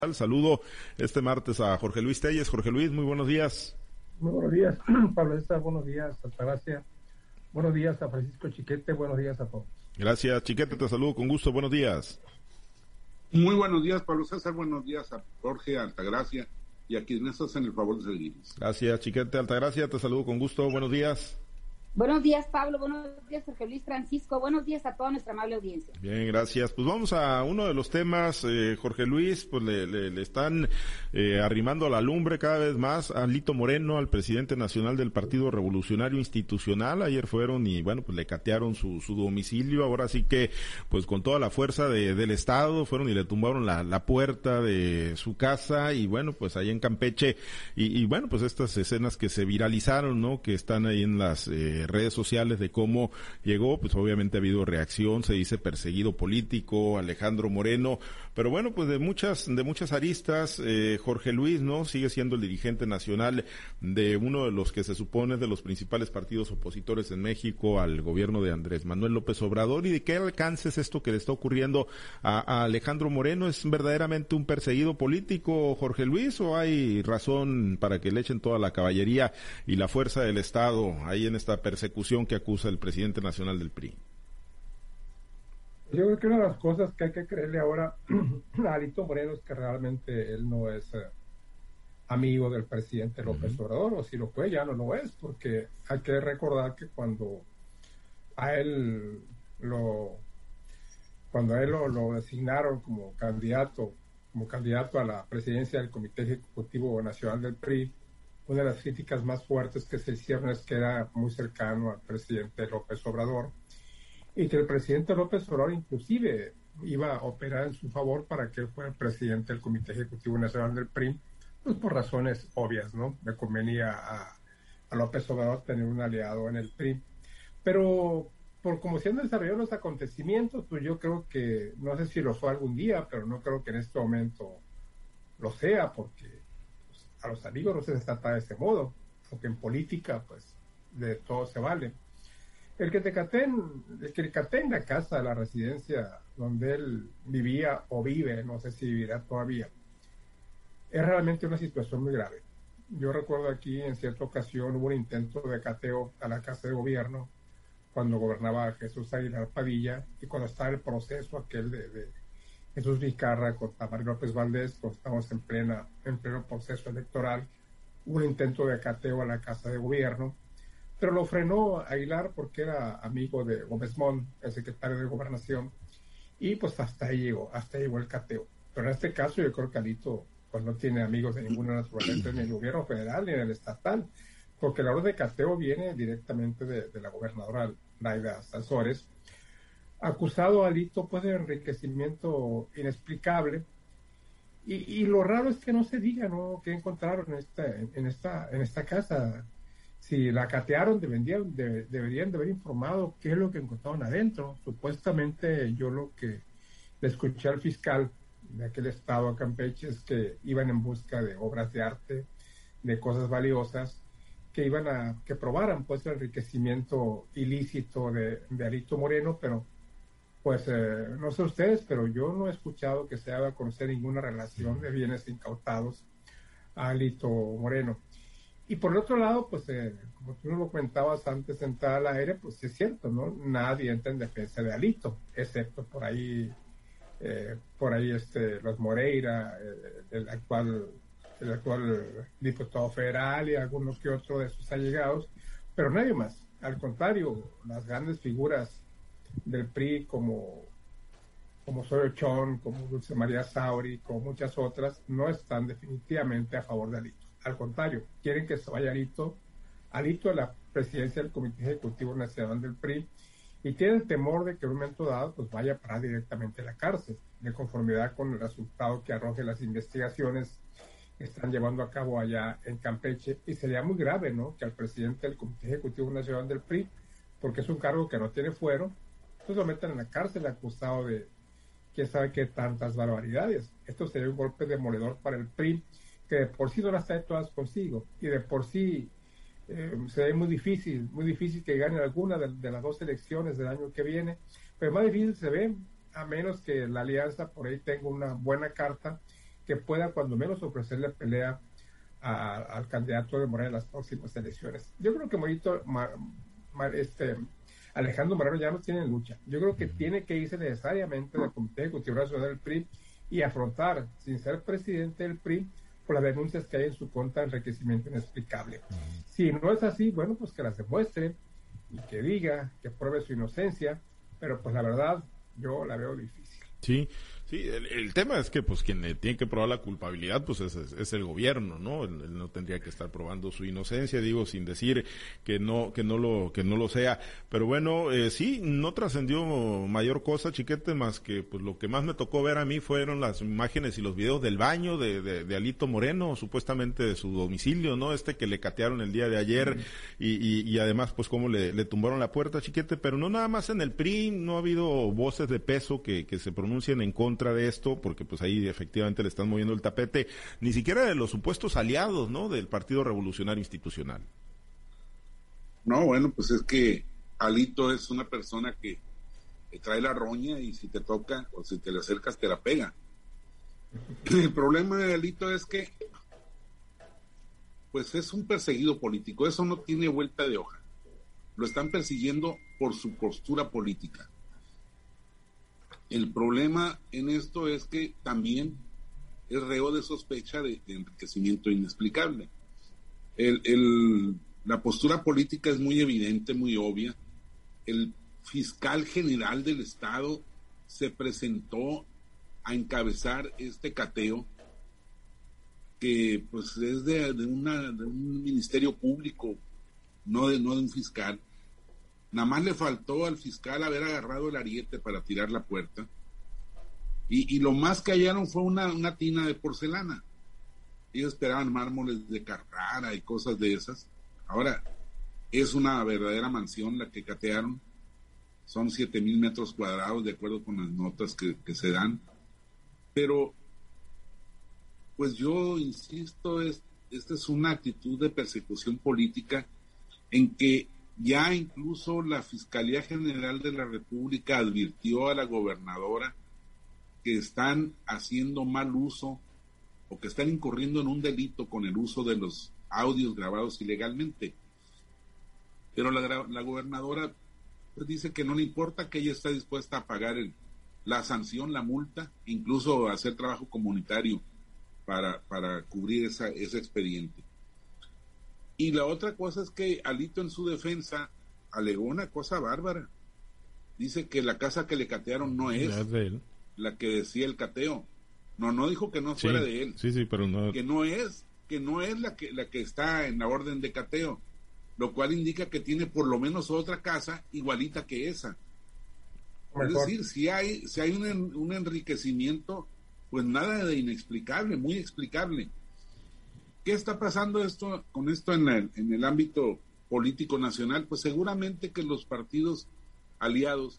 Saludo este martes a Jorge Luis Telles. Jorge Luis, muy buenos días. Muy buenos días, Pablo César, buenos días, Altagracia, buenos días a Francisco Chiquete, buenos días a todos. Gracias, Chiquete, te saludo con gusto, buenos días. Muy buenos días, Pablo César, buenos días a Jorge, Altagracia y a quienes hacen el favor de seguirnos. Gracias, Chiquete, Altagracia, te saludo con gusto, buenos días. Buenos días, Pablo, buenos días, Jorge Luis, Francisco, buenos días a toda nuestra amable audiencia. Bien, gracias. Pues vamos a uno de los temas, Jorge Luis, pues le están arrimando a la lumbre cada vez más a Alito Moreno, al presidente nacional del Partido Revolucionario Institucional. Ayer fueron y bueno, pues le catearon su domicilio. Ahora sí que, pues con toda la fuerza del Estado, fueron y le tumbaron la puerta de su casa y bueno, pues ahí en Campeche. Y bueno, pues estas escenas que se viralizaron, ¿no? Que están ahí en las redes sociales de cómo llegó, pues obviamente ha habido reacción, se dice perseguido político, Alejandro Moreno, pero bueno, pues de muchas aristas, Jorge Luis, ¿no? Sigue siendo el dirigente nacional de uno de los que se supone de los principales partidos opositores en México al gobierno de Andrés Manuel López Obrador. ¿Y de qué alcance es esto que le está ocurriendo a Alejandro Moreno? ¿Es verdaderamente un perseguido político, Jorge Luis, o hay razón para que le echen toda la caballería y la fuerza del Estado ahí en esta persecución que acusa el presidente nacional del PRI? Yo creo que una de las cosas que hay que creerle ahora a Alito Moreno es que realmente él no es amigo del presidente López Obrador, o si lo fue ya no lo es, porque hay que recordar que cuando a él lo designaron como candidato a la presidencia del Comité Ejecutivo Nacional del PRI, una de las críticas más fuertes que se hicieron es que era muy cercano al presidente López Obrador y que el presidente López Obrador inclusive iba a operar en su favor para que él fuera el presidente del Comité Ejecutivo Nacional del PRI, pues por razones obvias, ¿no? Le convenía a López Obrador tener un aliado en el PRI. Pero por cómo se han desarrollado los acontecimientos, pues yo creo que, no sé si lo fue algún día, pero no creo que en este momento lo sea, porque a los amigos no se les trata de ese modo, aunque en política pues de todo se vale. El que le cateen la casa, la residencia donde él vivía o vive, no sé si vivirá todavía, es realmente una situación muy grave. Yo recuerdo aquí en cierta ocasión hubo un intento de cateo a la Casa de Gobierno cuando gobernaba Jesús Aguilar Padilla y cuando estaba el proceso aquel de Jesús Vizcarra contra Mario López Valdés, cuando estamos en pleno proceso electoral, hubo un intento de cateo a la Casa de Gobierno, pero lo frenó Aguilar porque era amigo de Gómez Mont, el secretario de Gobernación, y pues hasta ahí llegó el cateo. Pero en este caso yo creo que Alito pues no tiene amigos de ninguna naturaleza, ni en el gobierno federal ni en el estatal, porque la orden de cateo viene directamente de la gobernadora Laida Sansores, acusado Alito pues de enriquecimiento inexplicable, y lo raro es que no se diga, ¿no?, qué encontraron en esta casa. Si la catearon, deberían de haber informado qué es lo que encontraron adentro. Supuestamente yo lo que le escuché al fiscal de aquel estado, a Campeche, es que iban en busca de obras de arte, de cosas valiosas, que probaran pues el enriquecimiento ilícito de Alito Moreno, pero pues no sé ustedes, pero yo no he escuchado que se haga a conocer ninguna relación de bienes incautados a Alito Moreno. Y por el otro lado, pues como tú lo comentabas antes de entrar al aire, pues es cierto, ¿no? Nadie entra en defensa de Alito, excepto por ahí los Moreira, el actual diputado federal y algunos que otros de sus allegados, pero nadie más. Al contrario, las grandes figuras del PRI como Osorio Chong, como Dulce María Sauri, como muchas otras, no están definitivamente a favor de Alito. Al contrario, quieren que se vaya Alito a la presidencia del Comité Ejecutivo Nacional del PRI, y tienen temor de que en un momento dado pues vaya a parar directamente a la cárcel, de conformidad con el resultado que arroje las investigaciones que están llevando a cabo allá en Campeche. Y sería muy grave, ¿no?, que al presidente del Comité Ejecutivo Nacional del PRI, porque es un cargo que no tiene fuero, pues lo metan en la cárcel acusado de quién sabe qué tantas barbaridades. Esto sería un golpe demoledor para el PRI, que de por sí no las trae todas consigo, y de por sí se ve muy difícil que gane alguna de las dos elecciones del año que viene, pero más difícil se ve a menos que la alianza por ahí tenga una buena carta que pueda cuando menos ofrecerle pelea al candidato de Morena en las próximas elecciones. Yo creo que Alejandro Moreno ya no tiene lucha. Yo creo que tiene que irse necesariamente del Comité Ejecutivo Nacional del PRI y afrontar, sin ser presidente del PRI, por las denuncias que hay en su contra de enriquecimiento inexplicable. Si no es así, bueno, pues que las demuestre y que diga, que pruebe su inocencia, pero pues la verdad, yo la veo difícil. Sí, sí, el tema es que pues quien tiene que probar la culpabilidad pues es el gobierno, ¿no? Él no tendría que estar probando su inocencia, digo, sin decir que no lo sea, pero bueno, sí, no trascendió mayor cosa, Chiquete, más que pues lo que más me tocó ver a mí fueron las imágenes y los videos del baño de Alito Moreno, supuestamente de su domicilio, ¿no? Que le catearon el día de ayer y además pues cómo le tumbaron la puerta, Chiquete, pero no nada más en el PRI, no ha habido voces de peso que se pronuncien en contra de esto, porque pues ahí efectivamente le están moviendo el tapete, ni siquiera de los supuestos aliados, ¿no? Del Partido Revolucionario Institucional. No, bueno, pues es que Alito es una persona que trae la roña y si te toca o si te le acercas te la pega. El problema de Alito es que pues es un perseguido político, eso no tiene vuelta de hoja. Lo están persiguiendo por su postura política. El problema en esto es que también es reo de sospecha de enriquecimiento inexplicable. La postura política es muy evidente, muy obvia. El fiscal general del Estado se presentó a encabezar este cateo que pues es de un ministerio público, no de un fiscal. Nada más le faltó al fiscal haber agarrado el ariete para tirar la puerta. Y lo más que hallaron fue una tina de porcelana. Ellos esperaban mármoles de Carrara y cosas de esas. Ahora, es una verdadera mansión la que catearon. Son 7,000 metros cuadrados, de acuerdo con las notas que se dan. Pero, pues yo insisto, esta es una actitud de persecución política en que ya incluso la Fiscalía General de la República advirtió a la gobernadora que están haciendo mal uso o que están incurriendo en un delito con el uso de los audios grabados ilegalmente. Pero la gobernadora pues dice que no le importa, que ella está dispuesta a pagar la sanción, la multa, incluso hacer trabajo comunitario para cubrir ese expediente. Y la otra cosa es que Alito en su defensa alegó una cosa bárbara. Dice que la casa que le catearon no es de él, la que decía el cateo. No dijo que no fuera de él. Sí, pero no. Que no es la que está en la orden de cateo, lo cual indica que tiene por lo menos otra casa igualita que esa. Es decir, si hay un enriquecimiento, pues nada de inexplicable, muy explicable. ¿Qué está pasando con esto en el ámbito político nacional? Pues seguramente que los partidos aliados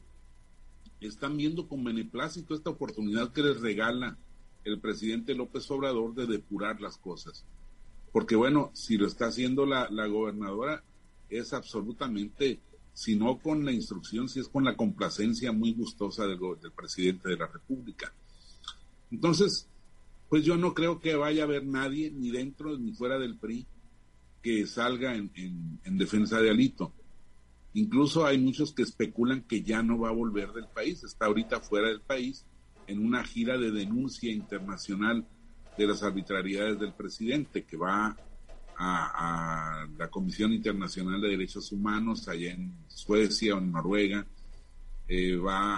están viendo con beneplácito esta oportunidad que les regala el presidente López Obrador de depurar las cosas. Porque bueno, si lo está haciendo la gobernadora, es absolutamente, si no con la instrucción, si es con la complacencia muy gustosa del presidente de la República. Entonces, pues yo no creo que vaya a haber nadie, ni dentro ni fuera del PRI, que salga en defensa de Alito. Incluso hay muchos que especulan que ya no va a volver del país, está ahorita fuera del país, en una gira de denuncia internacional de las arbitrariedades del presidente, que va a la Comisión Internacional de Derechos Humanos allá en Suecia o en Noruega, va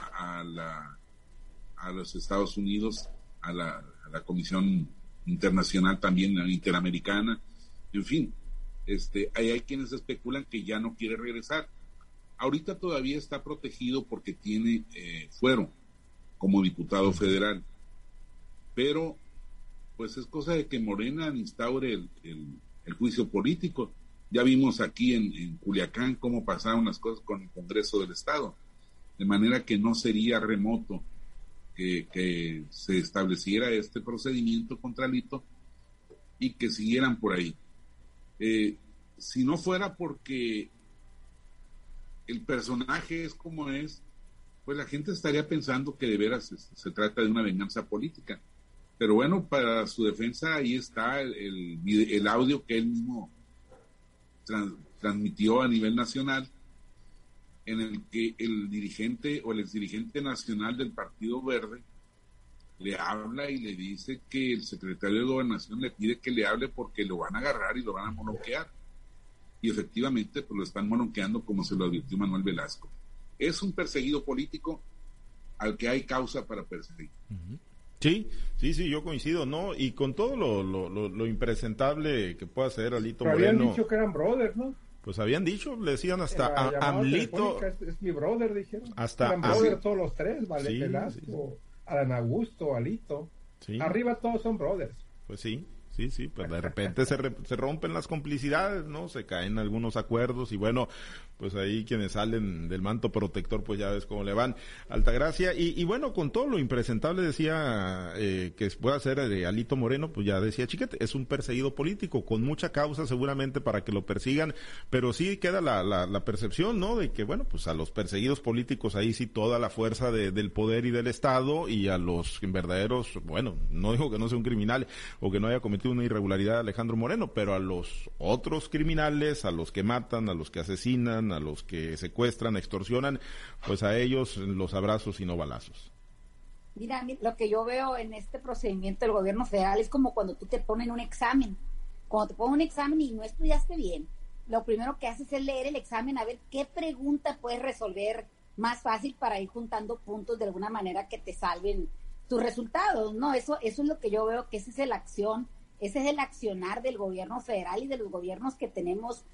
a los Estados Unidos, a la Comisión Internacional también interamericana, en fin, hay quienes especulan que ya no quiere regresar. Ahorita todavía está protegido porque tiene fuero como diputado federal, pero pues es cosa de que Morena instaure el juicio político. Ya vimos aquí en Culiacán cómo pasaron las cosas con el Congreso del Estado, de manera que no sería remoto que se estableciera este procedimiento contra Alito y que siguieran por ahí. Si no fuera porque el personaje es como es, pues la gente estaría pensando que de veras se trata de una venganza política. Pero bueno, para su defensa ahí está el audio que él mismo transmitió a nivel nacional, en el que el dirigente o el exdirigente nacional del Partido Verde le habla y le dice que el secretario de Gobernación le pide que le hable porque lo van a agarrar y lo van a monoquear. Y efectivamente, pues lo están monoqueando, como se lo advirtió Manuel Velasco. Es un perseguido político al que hay causa para perseguir. Sí, yo coincido, ¿no? Y con todo lo impresentable que pueda hacer Alito Pero Moreno. habían dicho que eran brothers, ¿no? Pues habían dicho, le decían hasta a AMLito. Es mi brother, dijeron. Hasta eran brothers todos los tres, ¿vale? Sí, Velasco, Adán Augusto, Alito. Sí. Arriba todos son brothers. Pues sí, pues de repente se rompen las complicidades, ¿no? Se caen algunos acuerdos y bueno, pues ahí quienes salen del manto protector, pues ya ves cómo le van. Altagracia, y bueno, con todo lo impresentable decía que puede hacer Alito Moreno, pues ya decía Chiquete, es un perseguido político, con mucha causa seguramente para que lo persigan, pero sí queda la percepción, ¿no? De que bueno, pues a los perseguidos políticos ahí sí toda la fuerza del poder y del Estado, y a los verdaderos, bueno, no digo que no sea un criminal o que no haya cometido una irregularidad Alejandro Moreno, pero a los otros criminales, a los que matan, a los que asesinan, a los que secuestran, extorsionan, pues a ellos los abrazos y no balazos. Mira, lo que yo veo en este procedimiento del gobierno federal es como cuando tú te ponen un examen. Cuando te ponen un examen y no estudiaste bien, lo primero que haces es leer el examen a ver qué pregunta puedes resolver más fácil para ir juntando puntos de alguna manera que te salven tus resultados, ¿no? Eso es lo que yo veo que ese es el accionar del gobierno federal y de los gobiernos que tenemos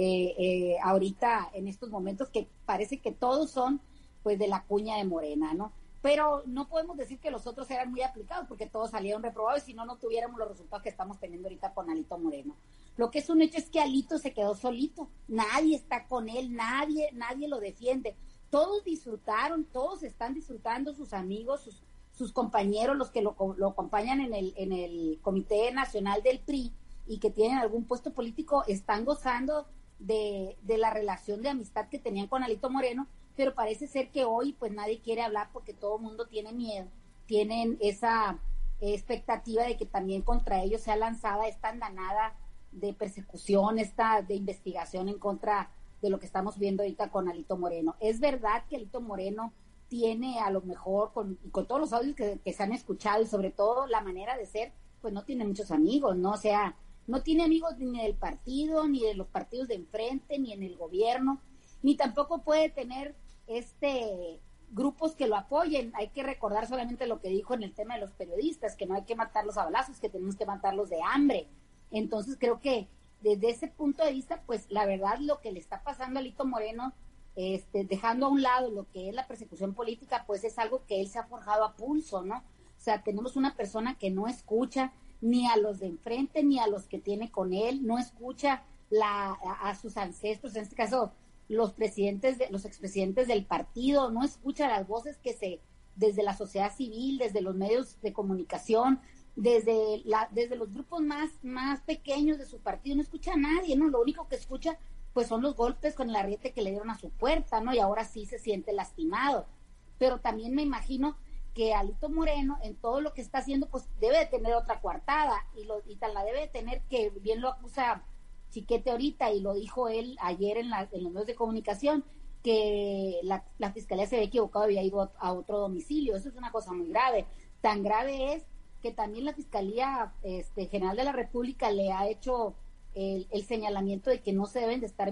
ahorita en estos momentos, que parece que todos son pues de la cuña de Morena, ¿no? Pero no podemos decir que los otros eran muy aplicados porque todos salieron reprobados y si no tuviéramos los resultados que estamos teniendo ahorita con Alito Moreno. Lo que es un hecho es que Alito se quedó solito, nadie está con él, nadie lo defiende. Todos disfrutaron, todos están disfrutando, sus amigos, sus compañeros, los que lo acompañan en el Comité Nacional del PRI y que tienen algún puesto político, están gozando de la relación de amistad que tenían con Alito Moreno, pero parece ser que hoy pues nadie quiere hablar porque todo el mundo tiene miedo, tienen esa expectativa de que también contra ellos sea lanzada esta andanada de persecución, de investigación en contra de lo que estamos viendo ahorita con Alito Moreno. Es verdad que Alito Moreno tiene a lo mejor, con todos los audios que se han escuchado y sobre todo la manera de ser, pues no tiene muchos amigos, ¿no? O sea, no tiene amigos ni del partido, ni de los partidos de enfrente, ni en el gobierno, ni tampoco puede tener grupos que lo apoyen. Hay que recordar solamente lo que dijo en el tema de los periodistas, que no hay que matarlos a balazos, que tenemos que matarlos de hambre. Entonces creo que desde ese punto de vista, pues la verdad lo que le está pasando a Alito Moreno, dejando a un lado lo que es la persecución política, pues es algo que él se ha forjado a pulso, ¿no? O sea, tenemos una persona que no escucha ni a los de enfrente, ni a los que tiene con él, no escucha a sus ancestros, en este caso los expresidentes del partido, no escucha las voces desde la sociedad civil, desde los medios de comunicación, desde los grupos más pequeños de su partido, no escucha a nadie, ¿no? Lo único que escucha pues son los golpes con el arriete que le dieron a su puerta, ¿no? Y ahora sí se siente lastimado. Pero también me imagino que Alito Moreno, en todo lo que está haciendo, pues debe de tener otra coartada, y tal la debe de tener, que bien lo acusa Chiquete ahorita, y lo dijo él ayer en los medios de comunicación, que la fiscalía se había equivocado, había ido a otro domicilio. Eso es una cosa muy grave. Tan grave es que también la Fiscalía General de la República le ha hecho el señalamiento de que no se deben de estar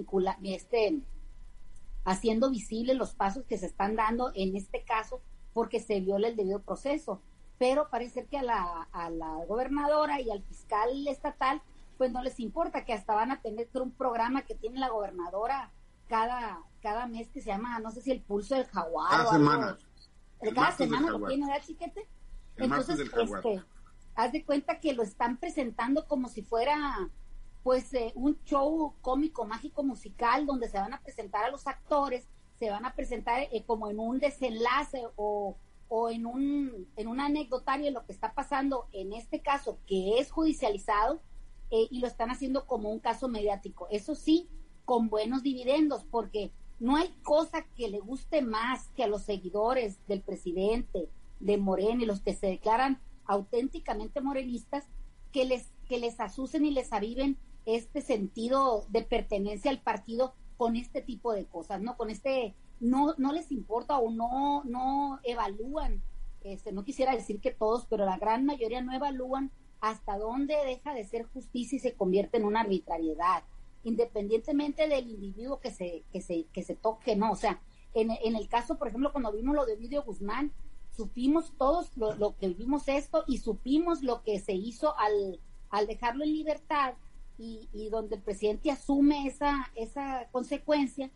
haciendo visibles los pasos que se están dando en este caso, porque se viola el debido proceso. Pero parece ser que a la gobernadora y al fiscal estatal pues no les importa, que hasta van a tener un programa que tiene la gobernadora cada mes, que se llama, no sé si el pulso del jaguar cada semana. Cada semana lo tiene, ¿verdad, Chiquete? Entonces, haz de cuenta que lo están presentando como si fuera pues un show cómico, mágico, musical, donde se van a presentar a los actores, se van a presentar como en un desenlace o en un anecdotario de lo que está pasando en este caso, que es judicializado, y lo están haciendo como un caso mediático. Eso sí, con buenos dividendos, porque no hay cosa que le guste más que a los seguidores del presidente, de Morena, y los que se declaran auténticamente morenistas que les asusen y les aviven este sentido de pertenencia al partido con este tipo de cosas, ¿no? Con no les importa o no evalúan, no quisiera decir que todos, pero la gran mayoría no evalúan hasta dónde deja de ser justicia y se convierte en una arbitrariedad, independientemente del individuo que se toque, ¿no? O sea, en el caso, por ejemplo, cuando vimos lo de Ovidio Guzmán, supimos todos lo que vimos esto y supimos lo que se hizo al dejarlo en libertad y donde el presidente asume esa consecuencia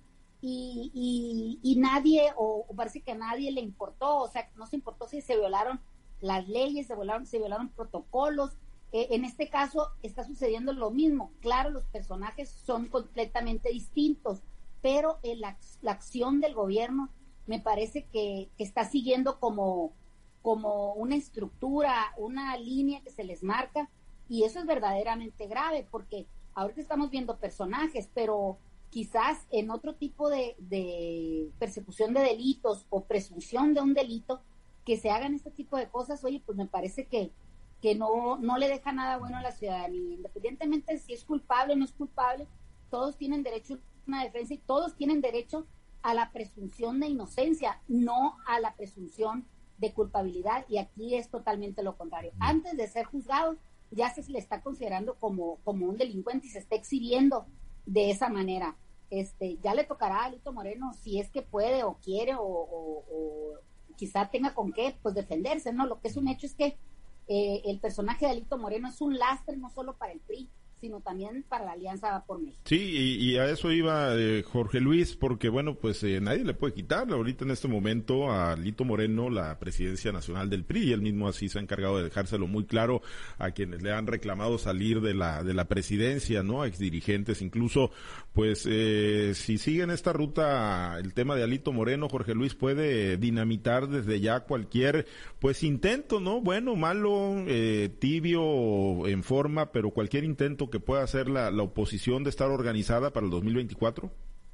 y nadie, o parece que a nadie le importó, o sea, no se importó si se violaron las leyes, se violaron protocolos. En este caso está sucediendo lo mismo. Claro, los personajes son completamente distintos, pero la acción del gobierno me parece que está siguiendo como una estructura, una línea que se les marca, y eso es verdaderamente grave, porque ahorita estamos viendo personajes, pero quizás en otro tipo de persecución de delitos o presunción de un delito, que se hagan este tipo de cosas, oye, pues me parece que no le deja nada bueno a la ciudadanía, independientemente de si es culpable o no es culpable. Todos tienen derecho a una defensa y todos tienen derecho a la presunción de inocencia, no a la presunción de culpabilidad, y aquí es totalmente lo contrario. Antes de ser juzgado, ya se le está considerando como un delincuente y se está exhibiendo de esa manera. Ya le tocará a Alito Moreno, si es que puede o quiere o quizá tenga con qué, pues defenderse, ¿no? Lo que es un hecho es que el personaje de Alito Moreno es un lastre no solo para el PRI, sino también para la Alianza por México. Sí, y a eso iba Jorge Luis, porque bueno, pues nadie le puede quitar ahorita en este momento a Alito Moreno la presidencia nacional del PRI, y él mismo así se ha encargado de dejárselo muy claro a quienes le han reclamado salir de la presidencia, ¿no? A exdirigentes, incluso, pues si siguen esta ruta, el tema de Alito Moreno, Jorge Luis, puede dinamitar desde ya cualquier, pues intento, ¿no? Bueno, malo, tibio, en forma, pero cualquier intento que pueda hacer la oposición de estar organizada para el 2024?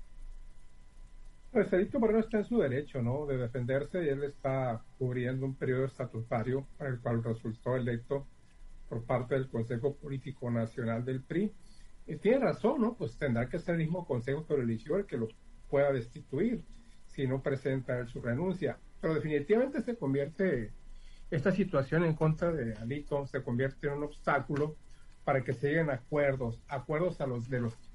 Pues Alito Moreno está en su derecho, ¿no?, de defenderse, y él está cubriendo un periodo estatutario para el cual resultó electo por parte del Consejo Político Nacional del PRI. Y tiene razón, ¿no? Pues tendrá que ser el mismo Consejo que lo eligió el que lo pueda destituir si no presenta él su renuncia. Pero definitivamente se convierte, esta situación en contra de Alito se convierte en un obstáculo para que se lleguen acuerdos a los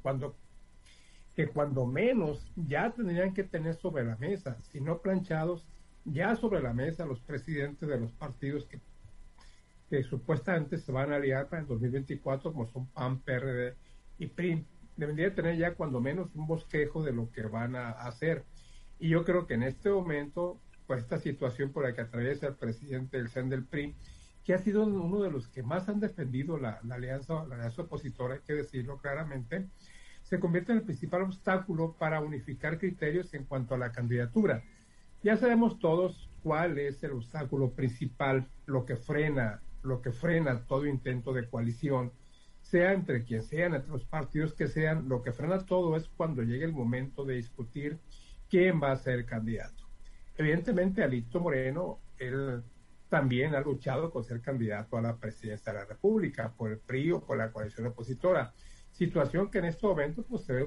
cuando menos ya tendrían que tener sobre la mesa, si no planchados, ya sobre la mesa los presidentes de los partidos que supuestamente se van a aliar para el 2024, como son PAN, PRD y PRI. Debería tener ya cuando menos un bosquejo de lo que van a hacer. Y yo creo que en este momento, pues esta situación por la que atraviesa el presidente del CEN del PRI, que ha sido uno de los que más han defendido la alianza opositora, hay que decirlo claramente, se convierte en el principal obstáculo para unificar criterios en cuanto a la candidatura. Ya sabemos todos cuál es el obstáculo principal, lo que frena todo intento de coalición, sea entre quien sean, entre los partidos que sean. Lo que frena todo es cuando llegue el momento de discutir quién va a ser el candidato. Evidentemente, Alito Moreno, él también ha luchado con ser candidato a la presidencia de la República por el PRI o por la coalición opositora, situación que en este momento pues se ve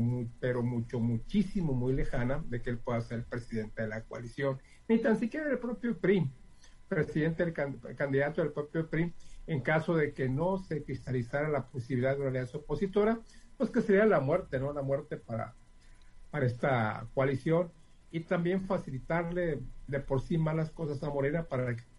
muchísimo, muy lejana de que él pueda ser el presidente de la coalición, ni tan siquiera el propio PRI, candidato del propio PRI, en caso de que no se cristalizara la posibilidad de una alianza opositora, pues que sería la muerte, ¿no? La muerte para esta coalición, y también facilitarle de por sí malas cosas a Morena para que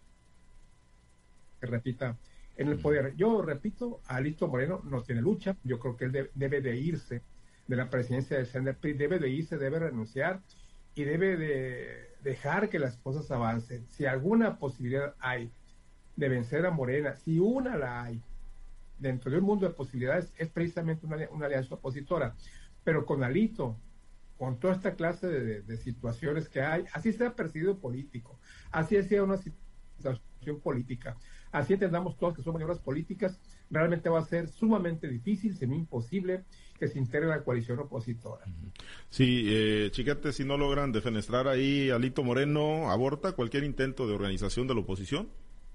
repita en el poder. Yo repito, Alito Moreno no tiene lucha. Yo creo que él debe de irse de la presidencia del CNPRI, debe renunciar y debe de dejar que las cosas avancen. Si alguna posibilidad hay de vencer a Morena, si una la hay dentro de un mundo de posibilidades, es precisamente una alianza opositora. Pero con Alito, con toda esta clase de situaciones que hay, así sea perseguido político, así sea una situación política, así entendamos todos que son maniobras políticas, realmente va a ser sumamente difícil, semi imposible, que se integre la coalición opositora. Sí, Chiquete, si no logran defenestrar ahí a Alito Moreno, ¿aborta cualquier intento de organización de la oposición?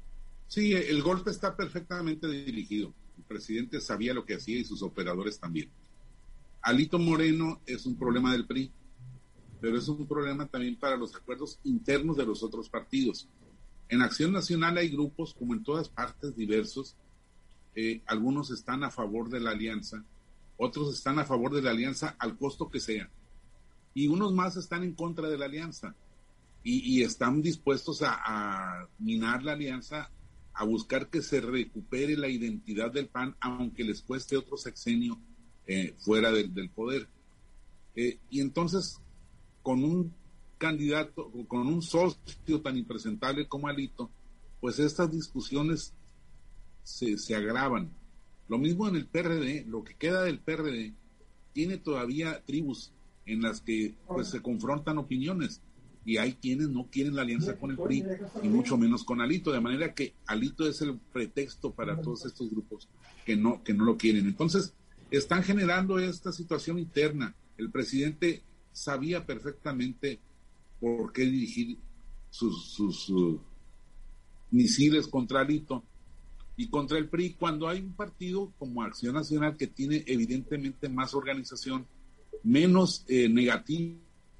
Sí, el golpe está perfectamente dirigido. El presidente sabía lo que hacía y sus operadores también. Alito Moreno es un problema del PRI, pero es un problema también para los acuerdos internos de los otros partidos. En Acción Nacional hay grupos, como en todas partes, diversos. Algunos están a favor de la alianza, otros están a favor de la alianza al costo que sea, y unos más están en contra de la alianza, y están dispuestos a minar la alianza, a buscar que se recupere la identidad del PAN, aunque les cueste otro sexenio fuera del poder. Y entonces, con un candidato, con un socio tan impresentable como Alito, pues estas discusiones se agravan. Lo mismo en el PRD, lo que queda del PRD tiene todavía tribus en las que pues se confrontan opiniones, y hay quienes no quieren la alianza con el PRI y mucho menos con Alito, de manera que Alito es el pretexto para todos estos grupos que no lo quieren. Entonces están generando esta situación interna. El presidente sabía perfectamente por qué dirigir sus misiles contra Alito y contra el PRI, cuando hay un partido como Acción Nacional que tiene evidentemente más organización, menos negativos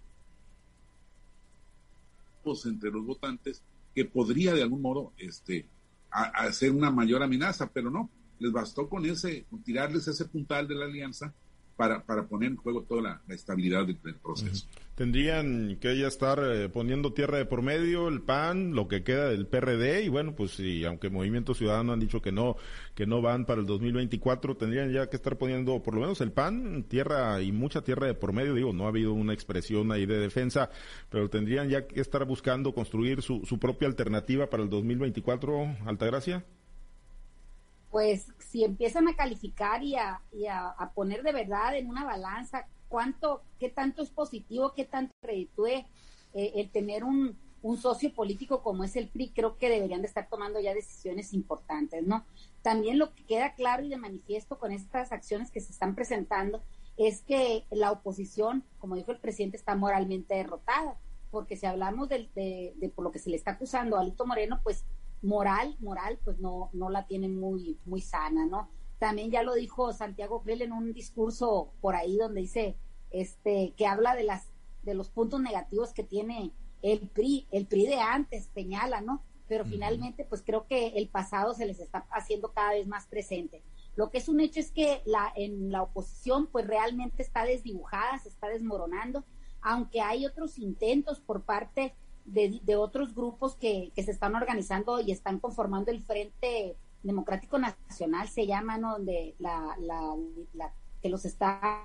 entre los votantes, que podría de algún modo hacer una mayor amenaza, pero no, les bastó con tirarles ese puntal de la alianza para poner en juego toda la estabilidad del proceso. Tendrían que ya estar poniendo tierra de por medio el PAN, lo que queda del PRD, y bueno, pues sí, aunque Movimiento Ciudadano han dicho que no van para el 2024, tendrían ya que estar poniendo por lo menos el PAN tierra, y mucha tierra de por medio. Digo, no ha habido una expresión ahí de defensa, pero tendrían ya que estar buscando construir su propia alternativa para el 2024, Altagracia. Pues si empiezan a calificar y a poner de verdad en una balanza qué tanto es positivo, qué tanto reditúe el tener un socio político como es el PRI, creo que deberían de estar tomando ya decisiones importantes, ¿no? También lo que queda claro y de manifiesto con estas acciones que se están presentando es que la oposición, como dijo el presidente, está moralmente derrotada, porque si hablamos de por lo que se le está acusando a Alito Moreno, pues moral, pues no la tiene muy sana, ¿no? También ya lo dijo Santiago Krill en un discurso por ahí donde dice que habla de los puntos negativos que tiene el PRI de antes, señala, ¿no? Pero finalmente pues creo que el pasado se les está haciendo cada vez más presente. Lo que es un hecho es que en la oposición pues realmente está desdibujada, se está desmoronando, aunque hay otros intentos por parte de otros grupos que se están organizando y están conformando el Frente Democrático Nacional, se llama, ¿no? Donde la que los está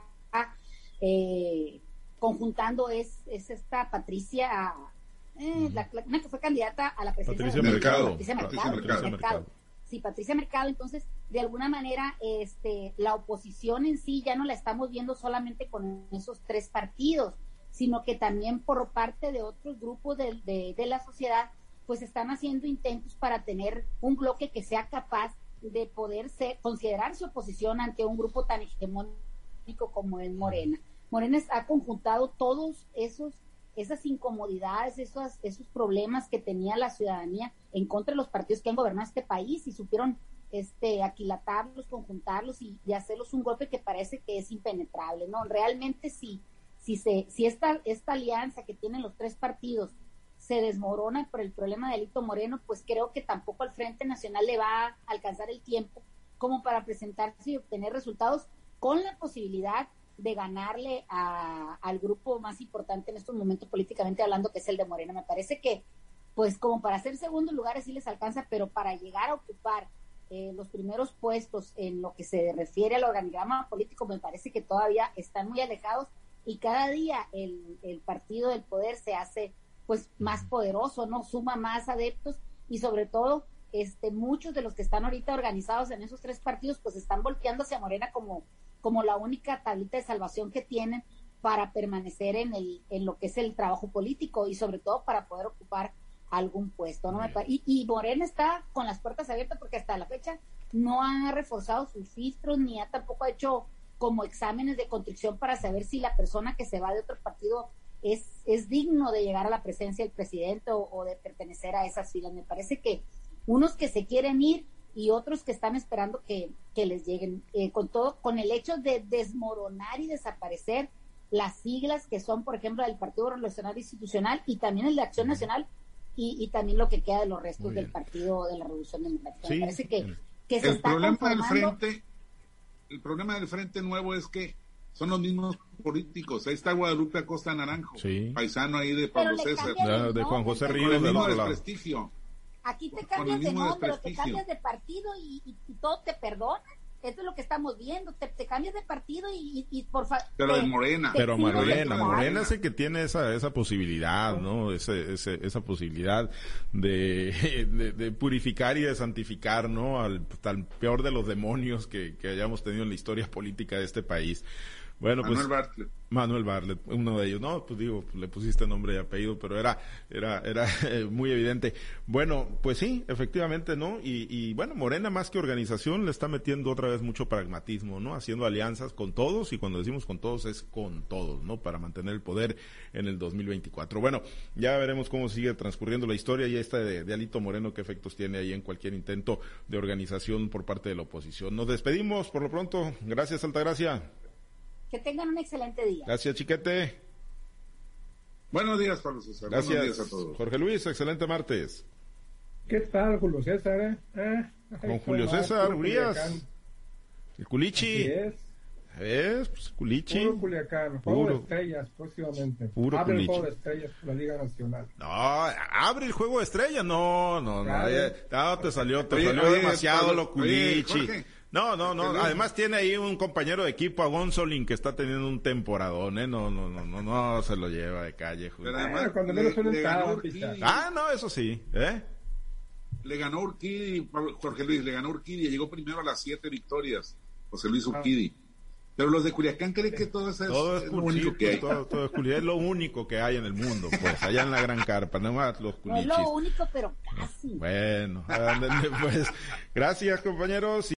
conjuntando es esta Patricia, una que fue candidata a la presidencia. Patricia Mercado. Sí, Patricia Mercado. Entonces, de alguna manera, la oposición en sí ya no la estamos viendo solamente con esos tres partidos, sino que también por parte de otros grupos de la sociedad, pues están haciendo intentos para tener un bloque que sea capaz de poder considerar su oposición ante un grupo tan hegemónico como es Morena. Morena ha conjuntado todos esas incomodidades, esos problemas que tenía la ciudadanía en contra de los partidos que han gobernado este país, y supieron aquilatarlos, conjuntarlos y hacerlos un golpe que parece que es impenetrable, ¿no? Realmente si esta alianza que tienen los tres partidos se desmorona por el problema de Alito Moreno, pues creo que tampoco al Frente Nacional le va a alcanzar el tiempo como para presentarse y obtener resultados con la posibilidad de ganarle al grupo más importante en estos momentos políticamente hablando, que es el de Morena. Me parece que, pues como para hacer segundos lugares sí les alcanza, pero para llegar a ocupar los primeros puestos en lo que se refiere al organigrama político, me parece que todavía están muy alejados, y cada día el partido del poder se hace pues más poderoso, ¿no? Suma más adeptos, y sobre todo muchos de los que están ahorita organizados en esos tres partidos pues están volteando hacia Morena como la única tablita de salvación que tienen para permanecer en lo que es el trabajo político, y sobre todo para poder ocupar algún puesto, ¿no? Y Morena está con las puertas abiertas, porque hasta la fecha no ha reforzado sus filtros, ni tampoco ha hecho como exámenes de contrición para saber si la persona que se va de otro partido es digno de llegar a la presencia del presidente o de pertenecer a esas filas. Me parece que unos que se quieren ir y otros que están esperando que les lleguen, con el hecho de desmoronar y desaparecer las siglas que son, por ejemplo, del Partido Revolucionario Institucional y también el de Acción Nacional y también lo que queda de los restos del Partido de la Revolución Democrática. Sí. Me parece que se El está problema conformando. el problema del Frente Nuevo es que son los mismos políticos. Ahí está Guadalupe Acosta Naranjo, Sí. paisano ahí de Pablo Pero le César, cambian De Juan José con Ríos el del mismo otro lado. desprestigio. Aquí te Con cambias el de mismo nombre, te desprestigio. cambias de partido y todo te perdona. Esto es lo que estamos viendo. Te cambias de partido y por favor. Pero en Morena. Pero Morena Morena es el que tiene esa posibilidad, ¿no? Esa posibilidad de purificar y de santificar, ¿no? Al peor de los demonios que hayamos tenido en la historia política de este país. Bueno, Manuel Bartlett, uno de ellos. No, pues digo, le pusiste nombre y apellido, pero era muy evidente. Bueno, pues sí, efectivamente, ¿no? Y bueno, Morena más que organización le está metiendo otra vez mucho pragmatismo, ¿no? Haciendo alianzas con todos, y cuando decimos con todos es con todos, ¿no? Para mantener el poder en el 2024. Bueno, ya veremos cómo sigue transcurriendo la historia y esta de Alito Moreno, qué efectos tiene ahí en cualquier intento de organización por parte de la oposición. Nos despedimos por lo pronto. Gracias, Altagracia. Que tengan un excelente día. Gracias, Chiquete. Buenos días, Pablo César. Gracias, Buenos días a todos. Jorge Luis, excelente martes. ¿Qué tal, Julio César? Con Julio César Urias, el Culichi. Es Pues Culichi. puro Culiacán, juego de estrellas próximamente. Puro Abre Culichi. el juego de estrellas por la Liga Nacional. No, abre el juego de estrella. No, Claro. te salió Oye, demasiado Pablo, lo Culichi. oye, Jorge. No. Además tiene ahí un compañero de equipo, a Gonzolin, que está teniendo un temporadón, ¿eh? No se lo lleva de calle, Julio. Pero además, Cuando menos suena le ganó entrada, Urquidi. No, eso sí, ¿eh? Le ganó Urquidi, Jorge Luis, le ganó Urquidi, llegó primero a las 7 victorias, José Luis Urquidi. Pero los de Culiacán creen que todo eso es lo único que hay. Todo es Culichi, es lo único que hay en el mundo, pues, allá en la Gran Carpa, nada más los No es Culichis. lo único, pero casi. Bueno, ándale, pues, gracias, compañeros.